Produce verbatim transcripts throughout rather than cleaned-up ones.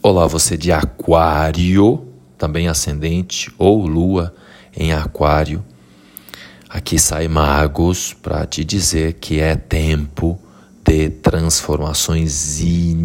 Olá, você de Aquário, também ascendente ou lua em Aquário. Aqui sai Magos para te dizer que é tempo de transformações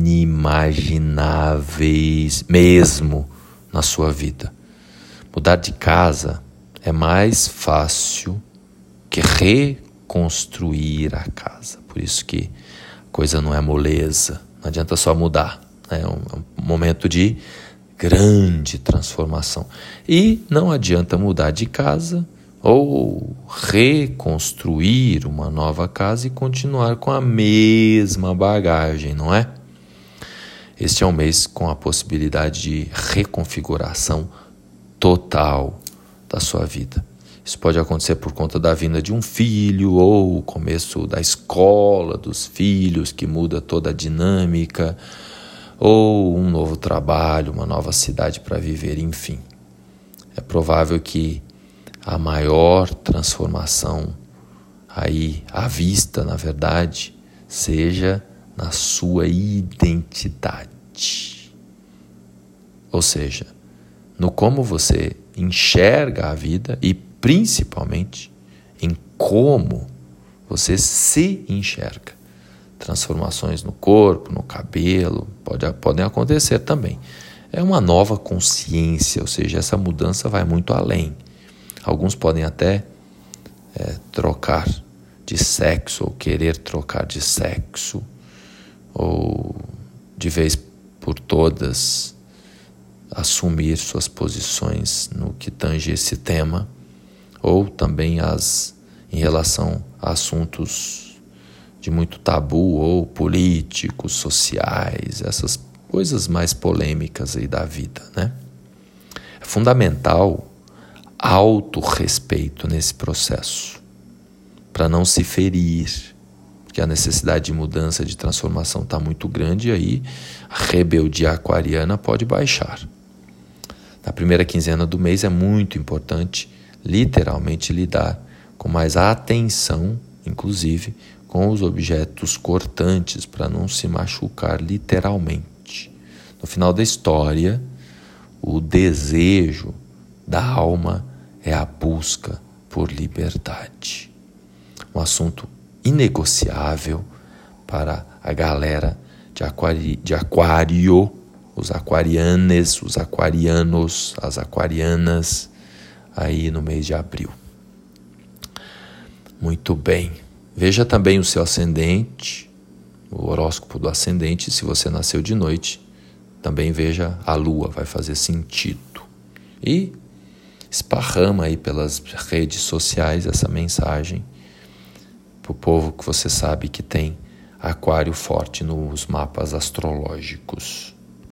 inimagináveis mesmo na sua vida. Mudar de casa é mais fácil que reconstruir a casa. Por isso que a coisa não é moleza, não adianta só mudar. É um, é um momento de grande transformação. E não adianta mudar de casa ou reconstruir uma nova casa e continuar com a mesma bagagem, não é? Este é um mês com a possibilidade de reconfiguração total da sua vida. Isso pode acontecer por conta da vinda de um filho ou o começo da escola dos filhos, que muda toda a dinâmica, ou um novo trabalho, uma nova cidade para viver, enfim. É provável que a maior transformação aí à vista, na verdade, seja na sua identidade. Ou seja, no como você enxerga a vida e principalmente em como você se enxerga. Transformações no corpo, no cabelo, pode, podem acontecer também. É uma nova consciência, ou seja, essa mudança vai muito além. Alguns podem até é, trocar de sexo, ou querer trocar de sexo, ou de vez por todas assumir suas posições no que tange esse tema, ou também as em relação a assuntos de muito tabu ou políticos, sociais, essas coisas mais polêmicas aí da vida, né? É fundamental autorrespeito nesse processo, para não se ferir, porque a necessidade de mudança, de transformação está muito grande e aí a rebeldia aquariana pode baixar. Na primeira quinzena do mês é muito importante, literalmente, lidar com mais atenção, inclusive, com os objetos cortantes, para não se machucar literalmente. No final da história, o desejo da alma é a busca por liberdade. Um assunto inegociável para a galera de, aquari, de Aquário, os aquarianes, os aquarianos, as aquarianas, aí no mês de abril. Muito bem. Veja também o seu ascendente, o horóscopo do ascendente. Se você nasceu de noite, também veja a lua, vai fazer sentido. E esparrama aí pelas redes sociais essa mensagem para o povo que você sabe que tem Aquário forte nos mapas astrológicos.